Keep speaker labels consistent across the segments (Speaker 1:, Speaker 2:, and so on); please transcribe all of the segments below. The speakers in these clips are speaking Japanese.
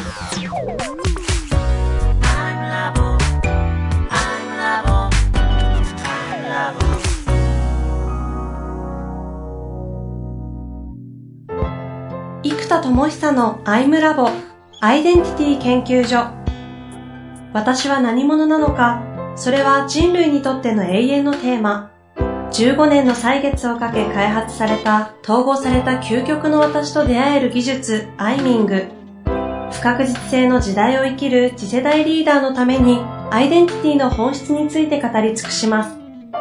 Speaker 1: 生田智久のアイムラボアイデンティティ研究所。私は何者なのか、それは人類にとっての永遠のテーマ。15年の歳月をかけ開発された統合された究極の私と出会える技術アイミング。不確実性の時代を生きる次世代リーダーのためにアイデンティティの本質について語り尽くします。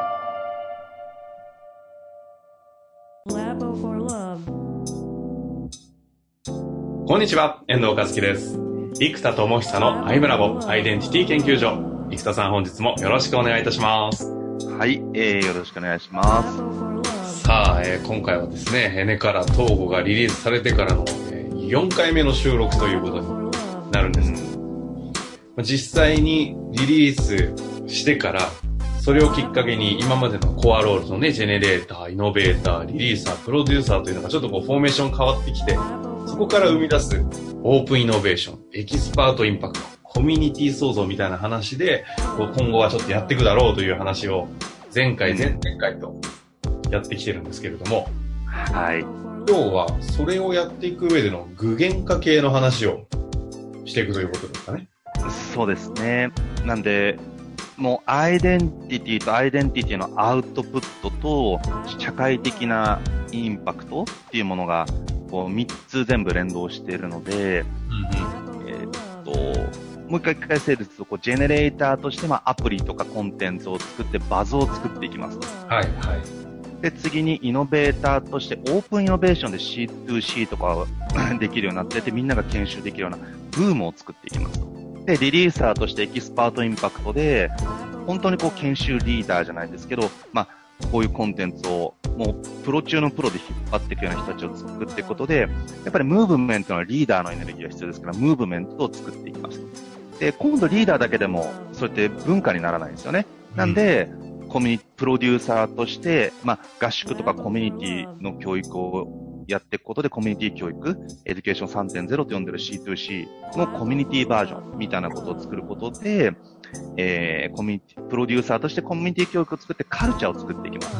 Speaker 2: こんにちは、遠藤和樹です。生田智久のアイムラボアイデンティティ研究所。生田さん、本日もよろしくお願いいたします。
Speaker 3: はい、よろしくお願いします。
Speaker 2: さあ、今回はですね、エネから東郷がリリースされてからの、4回目の収録ということになるんですけど、実際にリリースしてから、それをきっかけに今までのコアロールのね、ジェネレーター、イノベーター、リリーサー、プロデューサーというのがちょっとこうフォーメーション変わってきて、そこから生み出すオープンイノベーション、エキスパートインパクト、コミュニティ創造みたいな話で、今後はちょっとやっていくだろうという話を前回、前々回とやってきてるんですけれども、
Speaker 3: はい。
Speaker 2: 今日はそれをやっていく上での具現化系の話をしていくということですかね。
Speaker 3: そうですね。なんで、もうアイデンティティとアイデンティティのアウトプットと社会的なインパクトっていうものがこう3つ全部連動しているので、もう一回整理すると、こうジェネレーターとしてアプリとかコンテンツを作ってバズを作っていきますと。
Speaker 2: はいはい。
Speaker 3: で、次にイノベーターとしてオープンイノベーションで C2C とかできるようになってて、みんなが研修できるようなブームを作っていきますと。で、リリーサーとしてエキスパートインパクトで、本当にこう研修リーダーじゃないですけど、こういうコンテンツをもうプロ中のプロで引っ張っていくような人たちを作っていくことで、やっぱりムーブメントのリーダーのエネルギーが必要ですから、ムーブメントを作っていきます。で、今度リーダーだけでも、そうやって文化にならないんですよね。なんで、プロデューサーとして、合宿とかコミュニティの教育をやっていくことで、コミュニティ教育、エデュケーション 3.0 と呼んでる C2C のコミュニティバージョンみたいなことを作ることで、プロデューサーとしてコミュニティ教育を作ってカルチャーを作っていきます。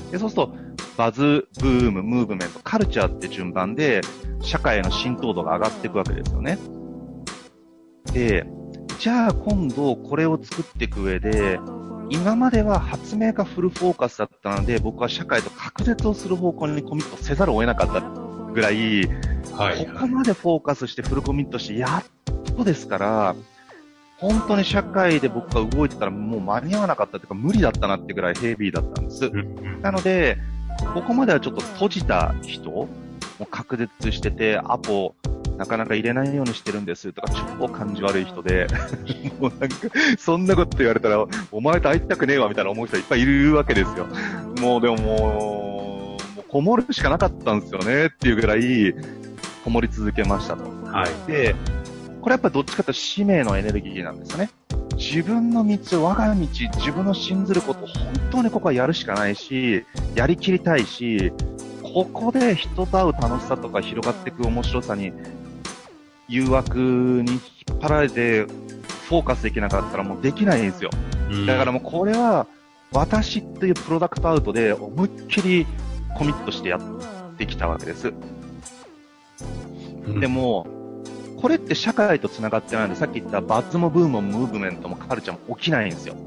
Speaker 3: で、そうすると、バズ、ブーム、ムーブメント、カルチャーって順番で、社会への浸透度が上がっていくわけですよね。で、じゃあ今度これを作っていく上で、今までは発明がフルフォーカスだったので、僕は社会と隔絶をする方向にコミットせざるを得なかったぐらい、ここまでフォーカスしてフルコミットしてやっとですから、本当に社会で僕が動いてたらもう間に合わなかったというか無理だったなってぐらいヘビーだったんです。なので、ここまではちょっと閉じた人、もう隔絶してて、アポなかなか入れないようにしてるんですとか、超感じ悪い人で、もうなんか、そんなこと言われたら、お前と会いたくねえわみたいな思う人いっぱいいるわけですよ。もうでももうこもるしかなかったんですよねっていうぐらい、こもり続けましたと。
Speaker 2: はい。
Speaker 3: で、これやっぱりどっちかというと使命のエネルギーなんですよね。自分の道、我が道、自分の信ずること、本当にここはやるしかないし、やりきりたいし、ここで人と会う楽しさとか広がっていく面白さに、誘惑に引っ張られてフォーカスできなかったらもうできないんですよ。だからもうこれは私っていうプロダクトアウトで思いっきりコミットしてやってきたわけです。でも、これって社会と繋がってないので、さっき言ったバズもブームもムーブメントもカルチャーも起きないんですよ。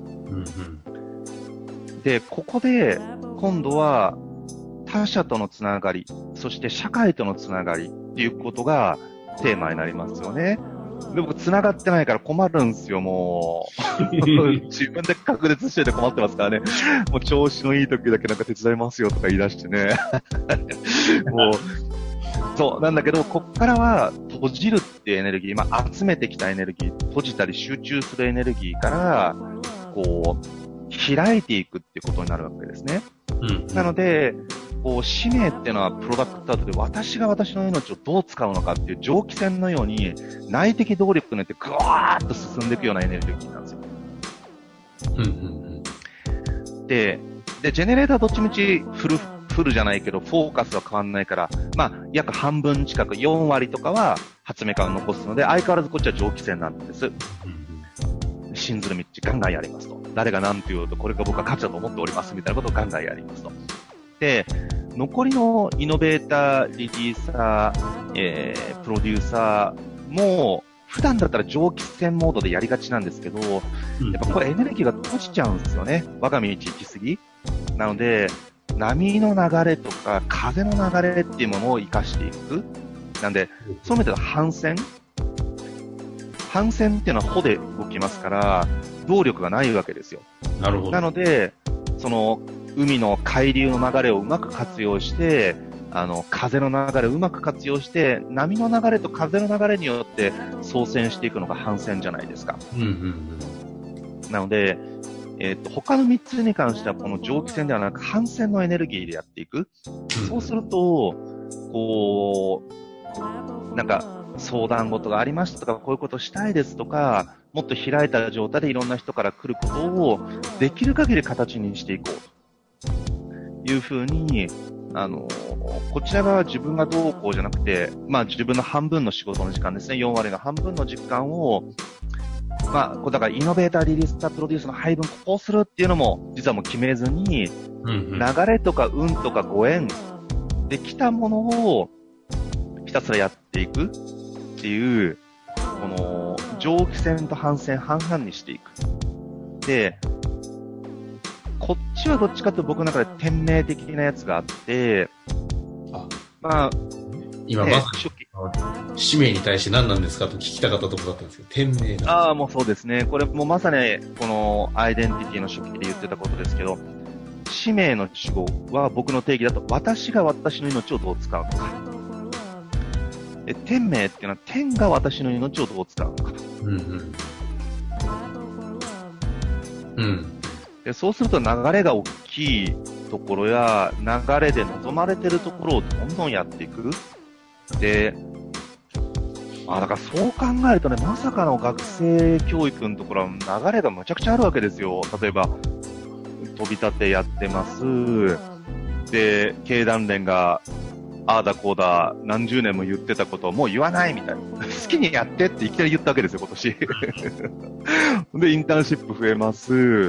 Speaker 3: で、ここで今度は他者とのつながり、そして社会とのつながりっていうことがテーマになりますよね。で、僕繋がってないから困るんですよ、もう。自分で確立してて困ってますからね。もう調子のいい時だけなんか手伝いますよとか言い出してね。もう、そう、なんだけど、こっからは閉じるっていうエネルギー、集めてきたエネルギー、閉じたり集中するエネルギーから、こう、開いていくっていうことになるわけですね。なので、こう使命っていうのはプロダクトアウトで私が私の命をどう使うのかっていう蒸気船のように内的動力によってグワーッと進んでいくようなエネルギーなんですよ。で、ジェネレーターどっちみちフフルじゃないけど、フォーカスは変わんないから、まあ、約半分近く、4割とかは発明家を残すので、相変わらずこっちは蒸気船なんです。信ずる道ガンガンやりますと。誰が何て言うと、これが僕は価値だと思っておりますみたいなことをガンガンやりますと。で、残りのイノベーター、リリーサー、プロデューサーも、普段だったら蒸気船モードでやりがちなんですけど、やっぱこれエネルギーが閉じちゃうんですよね。我が道行き過ぎ。なので、波の流れとか風の流れっていうものを活かしていく。なんで、そういう意味では帆船っていうのは帆で動きますから、動力がないわけですよ。
Speaker 2: なるほど。
Speaker 3: なので、その、海の海流の流れをうまく活用して、風の流れをうまく活用して、波の流れと風の流れによって操船していくのが帆船じゃないですか。なので、他の3つに関してはこの蒸気船ではなく帆船のエネルギーでやっていく。そうすると、こう、なんか相談事がありましたとか、こういうことしたいですとか、もっと開いた状態でいろんな人から来ることをできる限り形にしていこうというふうに、こちら側は自分がどうこうじゃなくて、まあ自分の半分の仕事の時間ですね、4割の半分の時間を、まあ、だからイノベーター、リリースター、プロデュースの配分こうするっていうのも実はもう決めずに、流れとか運とかご縁で来たものをひたすらやっていくっていう、この蒸気船と帆船半々にしていく。で、こっちはどっちかというと僕の中で天命的なやつがあって、まあ、
Speaker 2: 今まさに使命に対して何なんですかと聞きたかったところだったんですけど、天命な。
Speaker 3: ああ、もうそうですね。これもまさにこのアイデンティティの初期で言ってたことですけど、使命の主語は僕の定義だと、私が私の命をどう使うのか。天命っていうのは天が私の命をどう使うのか。でそうすると流れが大きいところや流れで望まれてるところをどんどんやっていく。で、だからそう考えるとね、まさかの学生教育のところは流れがむちゃくちゃあるわけですよ。例えば、飛び立てやってます。で、経団連が、ああだこうだ、何十年も言ってたことをもう言わないみたいな。好きにやってっていきなり言ったわけですよ、今年。で、インターンシップ増えます。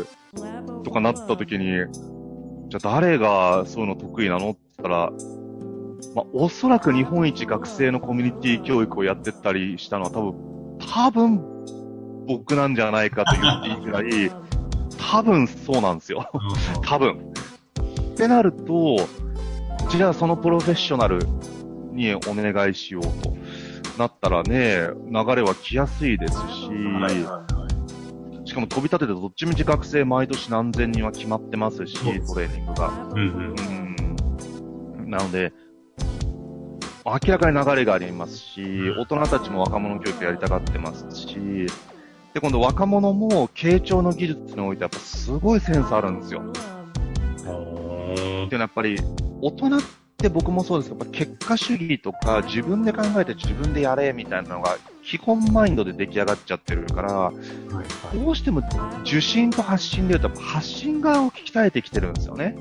Speaker 3: とかなった時に、じゃあ誰がそういうの得意なのって言ったら、おそらく日本一学生のコミュニティ教育をやってったりしたのは多分僕なんじゃないかと言っていいくらい、多分そうなんですよ。多分。ってなると、じゃあそのプロフェッショナルにお願いしようとなったらね、流れは来やすいですし、しかも飛び立ててどっちみち学生毎年何千人は決まってますし、トレーニングが。なので、明らかに流れがありますし、大人たちも若者教育やりたがってますし、で、今度若者も傾聴の技術においてやっぱすごいセンスあるんですよ。っていうのはやっぱり、大人って僕もそうですけど、結果主義とか自分で考えて自分でやれみたいなのが基本マインドで出来上がっちゃってるから、どうしても受信と発信で言うと発信側を鍛えてきてるんですよね。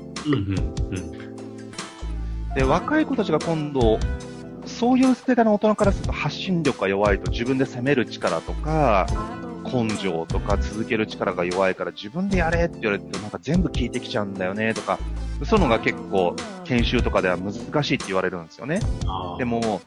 Speaker 3: で、若い子たちが今度、そういう世代の大人からすると発信力が弱いと自分で攻める力とか、根性とか続ける力が弱いから自分でやれって言われるとなんか全部聞いてきちゃうんだよねとか、そういうのが結構研修とかでは難しいって言われるんですよね。でも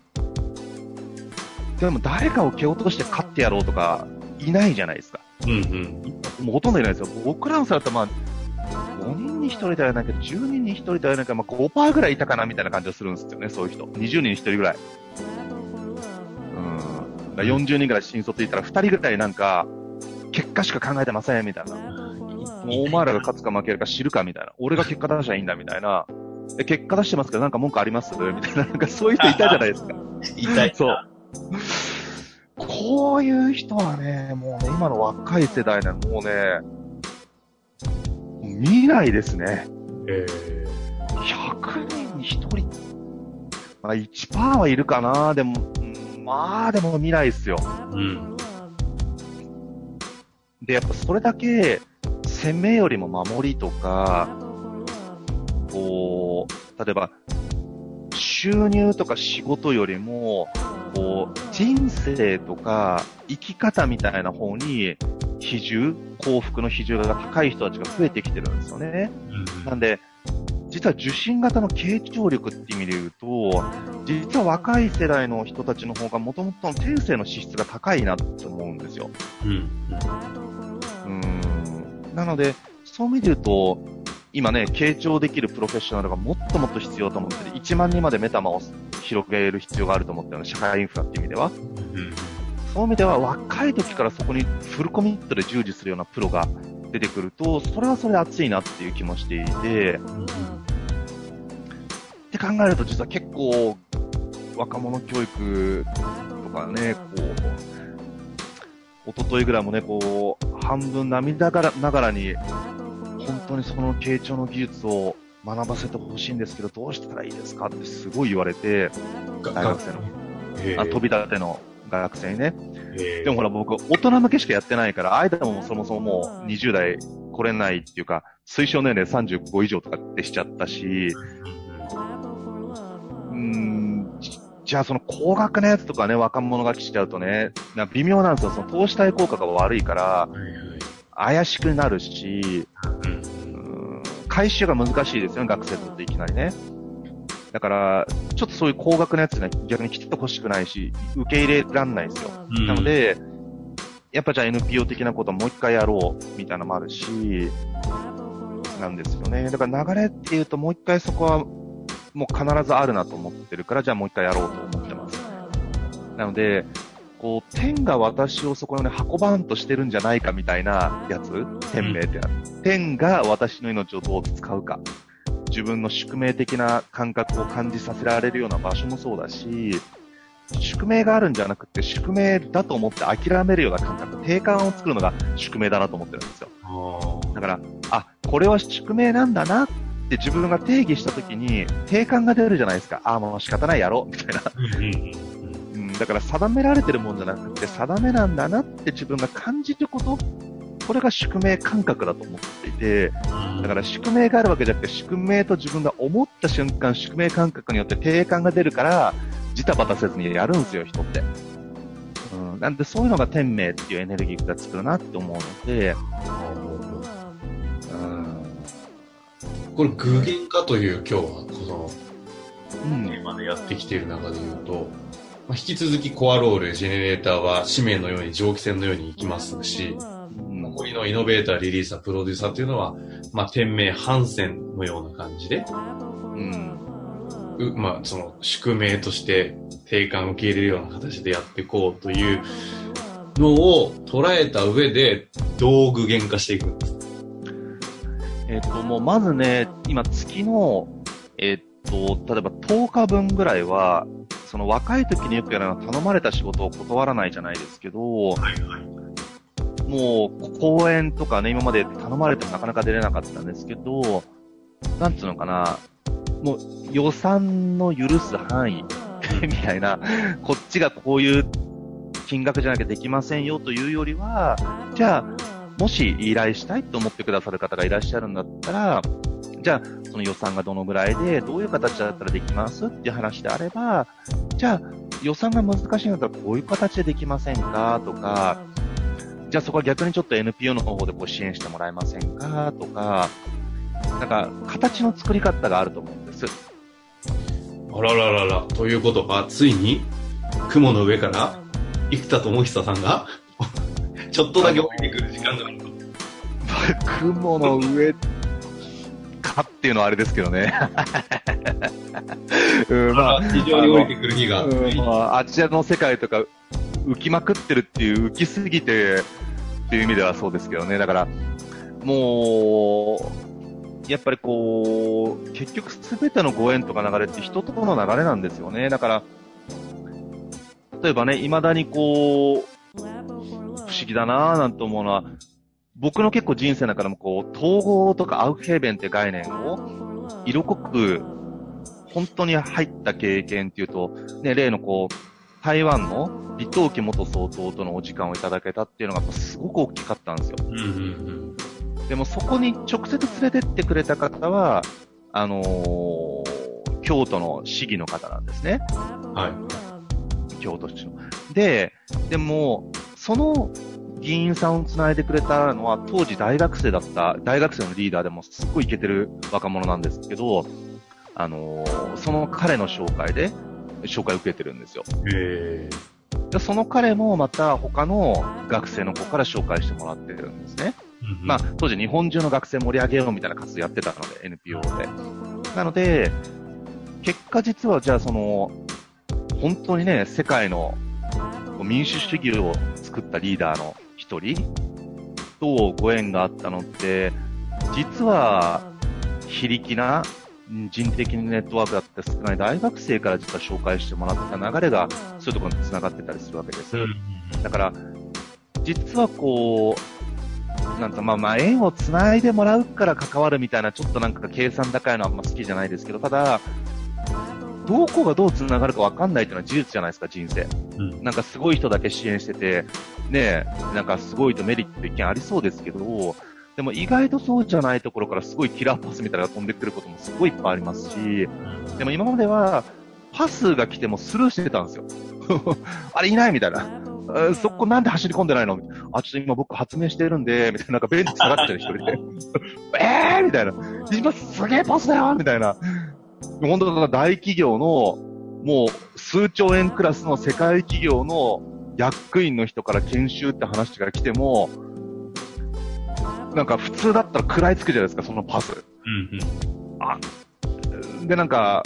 Speaker 3: 誰かを蹴落として勝ってやろうとかいないじゃないですか。もうほとんどいないですよ。僕らの世代だったら5人に1人ではないけど、10人に1人ではないけど、5% ぐらいいたかなみたいな感じがするんですよね、そういう人。20人に1人ぐらい。40人ぐらい新卒いたら2人ぐらいなんか、結果しか考えてません、みたいな。もうお前らが勝つか負けるか知るか、みたいな。俺が結果出しゃいいんだ、みたいな。結果出してますけど、なんか文句ありますみたいな。なんかそういう人いたじゃないですか。
Speaker 2: いたい。
Speaker 3: そう。こういう人はね、もうね、今の若い世代ね、もうね、見ないですね。100人に1人。1% はいるかな。でも、でも見ないですよ。で、やっぱそれだけ、攻めよりも守りとか、こう、 例えば、収入とか仕事よりも、こう、人生とか生き方みたいな方に、幸福の比重が高い人たちが増えてきてるんですよね。なんで、実は受信型の傾聴力って意味で言うと、実は若い世代の人たちの方がもともとの天性の資質が高いなって思うんですよ。なので、そういう意味で言うと、今ね、傾聴できるプロフェッショナルがもっともっと必要と思ってて、1万人までメタマを広げる必要があると思ってるので、社会インフラっていう意味では。そういう意味では、若い時からそこにフルコミットで従事するようなプロが出てくると、それはそれで熱いなっていう気もしていて、って考えると実は結構、若者教育とかね、一昨日ぐらいもね、半分涙ながらに、本当にその傾聴の技術を学ばせてほしいんですけど、どうしたらいいですかってすごい言われて、大学生の、飛び立ての学生にね。でもほら僕、大人向けしかやってないから、間もそもそももう20代来れないっていうか、推奨年齢35以上とかってしちゃったし、じゃあその高額なやつとかね、若者が来ちゃうとね、微妙なんですよ。その投資対効果が悪いから、怪しくなるし、回収が難しいですよね、学生とっていきなりね。だから、ちょっとそういう高額なやつね、逆に来てほしくないし、受け入れらんないですよ。なので、やっぱじゃあ NPO 的なことをもう一回やろう、みたいなのもあるし、なんですよね。だから流れっていうともう一回そこは、もう必ずあるなと思ってるから、じゃあもう一回やろうと思ってます。なので、天が私をそこに運ばんとしてるんじゃないかみたいなやつ、天命ってな。天が私の命をどう使うか。自分の宿命的な感覚を感じさせられるような場所もそうだし、宿命があるんじゃなくて、宿命だと思って諦めるような感覚、定感を作るのが宿命だなと思ってるんですよ。だから、これは宿命なんだなって自分が定義したときに、定感が出るじゃないですか。もう仕方ないやろ、みたいな。だから定められてるもんじゃなくて、定めなんだなって自分が感じること、これが宿命感覚だと思っていて、だから宿命があるわけじゃなくて、宿命と自分が思った瞬間、宿命感覚によって定感が出るから、ジタバタせずにやるんですよ、人って。なんでそういうのが天命っていうエネルギーが作るなって思うので、
Speaker 2: これ具現化という今日はこのテーマでやってきている中で言うと、引き続きコアロール、ジェネレーターは使命のように蒸気船のように行きますし、残りのイノベーター、リリーサー、プロデューサーというのは、天命、反戦のような感じで、その宿命として定感を受け入れるような形でやっていこうというのを捉えた上で、どう具現化していくんですか？
Speaker 3: もうまずね、今月の、例えば10日分ぐらいは、その若い時によくやるのは頼まれた仕事を断らないじゃないですけど、もう講演とかね、今まで頼まれてもなかなか出れなかったんですけど、なんつうのかな、もう予算の許す範囲みたいな、こっちがこういう金額じゃなきゃできませんよというよりは、じゃあ、もし依頼したいと思ってくださる方がいらっしゃるんだったら、じゃあ、その予算がどのぐらいで、どういう形だったらできますっていう話であれば、じゃあ、予算が難しいんだったらこういう形でできませんかとか、じゃあそこは逆にちょっと NPO の方で支援してもらえませんかとか、なんか、形の作り方があると思うんです。
Speaker 2: あらららら、ということが、ついに、雲の上から、生田智久さんが、ちょっとだけ降りてくる時間があると。
Speaker 3: 雲の上かっていうのはあれですけどね。
Speaker 2: 非常に降りてくる日が。
Speaker 3: あちらの世界とか浮きまくってるっていう、浮きすぎてっていう意味ではそうですけどね。だから、もう、やっぱり結局すべてのご縁とか流れって人との流れなんですよね。だから、例えばね、未だに不思議だなぁなんて思うのは、僕の結構人生の中でも統合とかアウフヘーベンって概念を色濃く本当に入った経験っていうと、ね、例の台湾の李登輝元総統とのお時間をいただけたっていうのがすごく大きかったんですよ。でもそこに直接連れてってくれた方は、 京都の市議の方なんですね。
Speaker 2: はい。
Speaker 3: 京都市の。でも、その議員さんをつないでくれたのは、当時大学生のリーダーでもすっごいイケてる若者なんですけど、その彼の紹介を受けてるんですよ。でその彼もまた他の学生の子から紹介してもらってるんですね。まあ、当時日本中の学生盛り上げようみたいな活動やってたので、NPO で。なので、結果実はじゃあ本当にね、世界の民主主義を作ったリーダーの一人とご縁があったのって、実は非力な人的ネットワークだって少ない大学生から実は紹介してもらった流れがそういうところに繋がってたりするわけです。だから、実は縁を繋いでもらうから関わるみたいな、ちょっとなんか計算高いのはあんま好きじゃないですけど、ただ、どこがどう繋がるか分かんないっていうのは事実じゃないですか、人生。なんかすごい人だけ支援してて、ねえ、なんかすごいとメリット一見ありそうですけど、でも意外とそうじゃないところからすごいキラーパスみたいなのが飛んでくることもすごいいっぱいありますし、でも今まではパスが来てもスルーしてたんですよ。あれいないみたいな。そこなんで走り込んでないの？ちょっと今僕発明してるんで、みたいな、なんかベンチ下がってる一人で。みたいな。今すげえパスだよみたいな。本当だ、大企業の、もう数兆円クラスの世界企業の役員の人から研修って話が来ても、なんか普通だったら食らいつくじゃないですか、そのパス。で、なんか、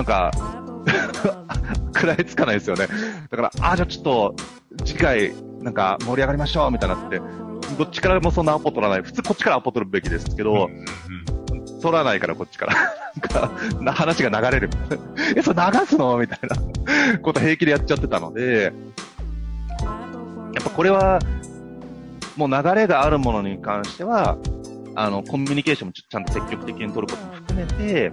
Speaker 3: 食らいつかないですよね。だから、じゃあちょっと、次回、なんか盛り上がりましょうみたいになって、どっちからもそんなアポ取らない。普通こっちからアポ取るべきですけど、取らないからこっちから。なんか、話が流れる。それ流すのみたいなこと平気でやっちゃってたので、やっぱこれは、もう流れがあるものに関しては、コミュニケーションもちゃんと積極的に取ることも含めて、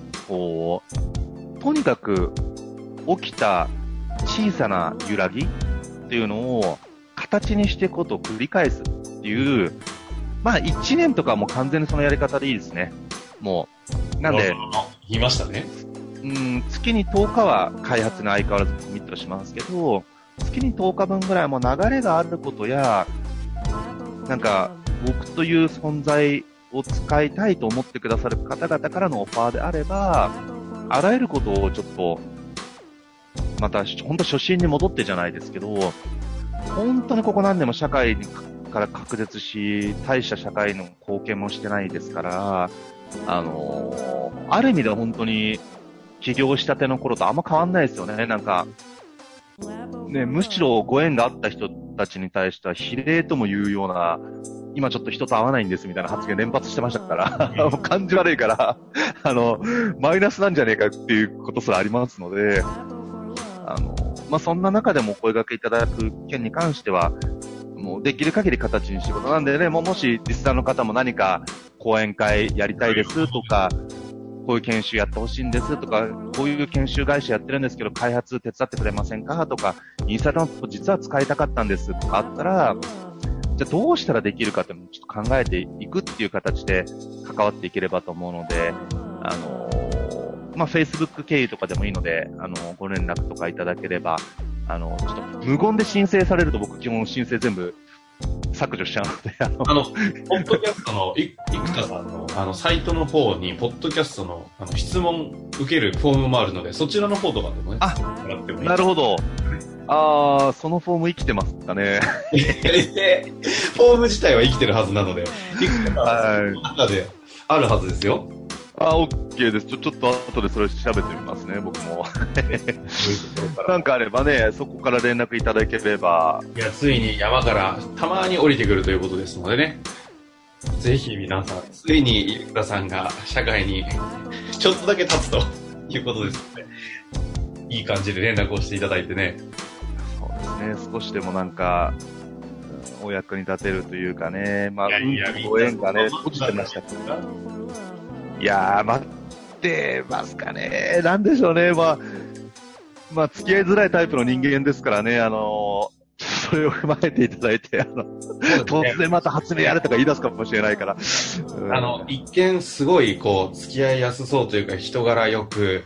Speaker 3: とにかく起きた小さな揺らぎっていうのを形にしていくことを繰り返すっていう、まあ1年とかはもう完全にそのやり方でいいですね。もう。なんで、
Speaker 2: 言いましたね。
Speaker 3: 月に10日は開発に相変わらずコミットしますけど、月に10日分ぐらいも流れがあることや、なんか僕という存在を使いたいと思ってくださる方々からのオファーであれば、あらゆることをちょっと、また本当初心に戻ってじゃないですけど、本当にここ何年も社会から隔絶し、大した社会の貢献もしてないですから、ある意味では本当に起業したての頃とあんま変わんないですよね。なんか、ね、むしろご縁があった人たちに対しては比例とも言うような、今ちょっと人と会わないんですみたいな発言連発してましたから、感じ悪いから、マイナスなんじゃねえかっていうことすらありますので、そんな中でもお声掛けいただく件に関しては、もうできる限り形に仕事なんでね、もしリスナーの方も何か講演会やりたいですとか、こういう研修やってほしいんですとか、こういう研修会社やってるんですけど、開発手伝ってくれませんかとか、インスタの実は使いたかったんですとかあったら、じゃあどうしたらできるかっていうのをちょっと考えていくっていう形で関わっていければと思うので、Facebook 経由とかでもいいので、ご連絡とかいただければ、ちょっと無言で申請されると僕基本申請全部削除しちゃうの
Speaker 2: で、ポッドキャストの、生田さんの、サイトの方に、ポッドキャストの、質問受けるフォームもあるので、そちらの方とかでもね、もらってもいい。
Speaker 3: なるほど。そのフォーム生きてますかね。
Speaker 2: フォーム自体は生きてるはずなので、生田さんの中であるはずですよ。
Speaker 3: OK です。ちょっと後でそれ調べてみますね、僕も。なんかあればね、そこから連絡いただければ。
Speaker 2: いや、ついに山からたまに降りてくるということですのでね。ぜひ皆さん、ついに生田さんが社会にちょっとだけ立つということですので、いい感じで連絡をしていただいてね。
Speaker 3: そうですね、少しでもなんか、お役に立てるというかね、ご縁がね、落ちてましたけど。いやー、待ってますかね。なんでしょうね。付き合いづらいタイプの人間ですからね、それを踏まえていただいて、突然また発明やれとか言い出すかもしれないから。
Speaker 2: 一見すごい、付き合いやすそうというか、人柄よく、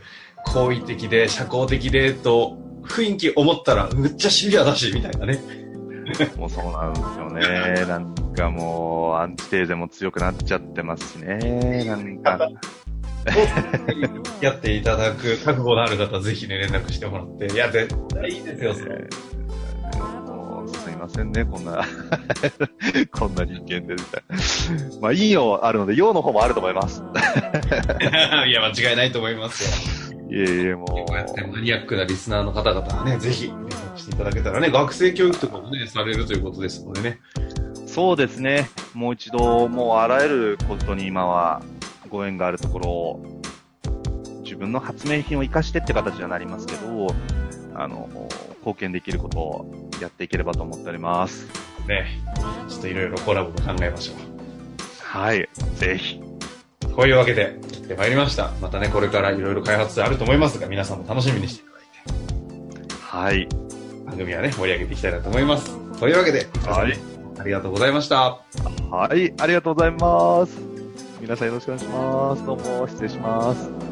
Speaker 2: 好意的で、社交的で、と、雰囲気思ったら、むっちゃシビアだし、みたいなね。
Speaker 3: もうそうなんですよね。なんかもう、アンチテーゼも強くなっちゃってますしね。なんか。
Speaker 2: やっていただく覚悟のある方、ぜひね、連絡してもらって。いや、絶対いいですよ、それ。
Speaker 3: もう、すいませんね、こんな、こんな人間で、みたいな。まあ、いいよあるので、陽の方もあると思います。
Speaker 2: いや、間違いないと思いますよ。
Speaker 3: いえいえ、もう。
Speaker 2: こうやってマニアックなリスナーの方々はね、ぜひ連絡していただけたらね、学生教育とかもね、されるということですのでね。
Speaker 3: そうですね。もう一度、もうあらゆることに今はご縁があるところを、自分の発明品を活かしてって形にはなりますけど、貢献できることをやっていければと思っております。
Speaker 2: ね、ちょっといろいろコラボも考えましょう。
Speaker 3: はい、ぜひ。
Speaker 2: こういうわけで、やってまいりました。またね、これからいろいろ開発あると思いますが、皆さんも楽しみにしていただいて。
Speaker 3: はい。
Speaker 2: 番組はね、盛り上げていきたいなと思います。というわけで、
Speaker 3: はい。
Speaker 2: ありがとうございました。
Speaker 3: はい、ありがとうございます。皆さんよろしくお願いします。どうも、失礼します。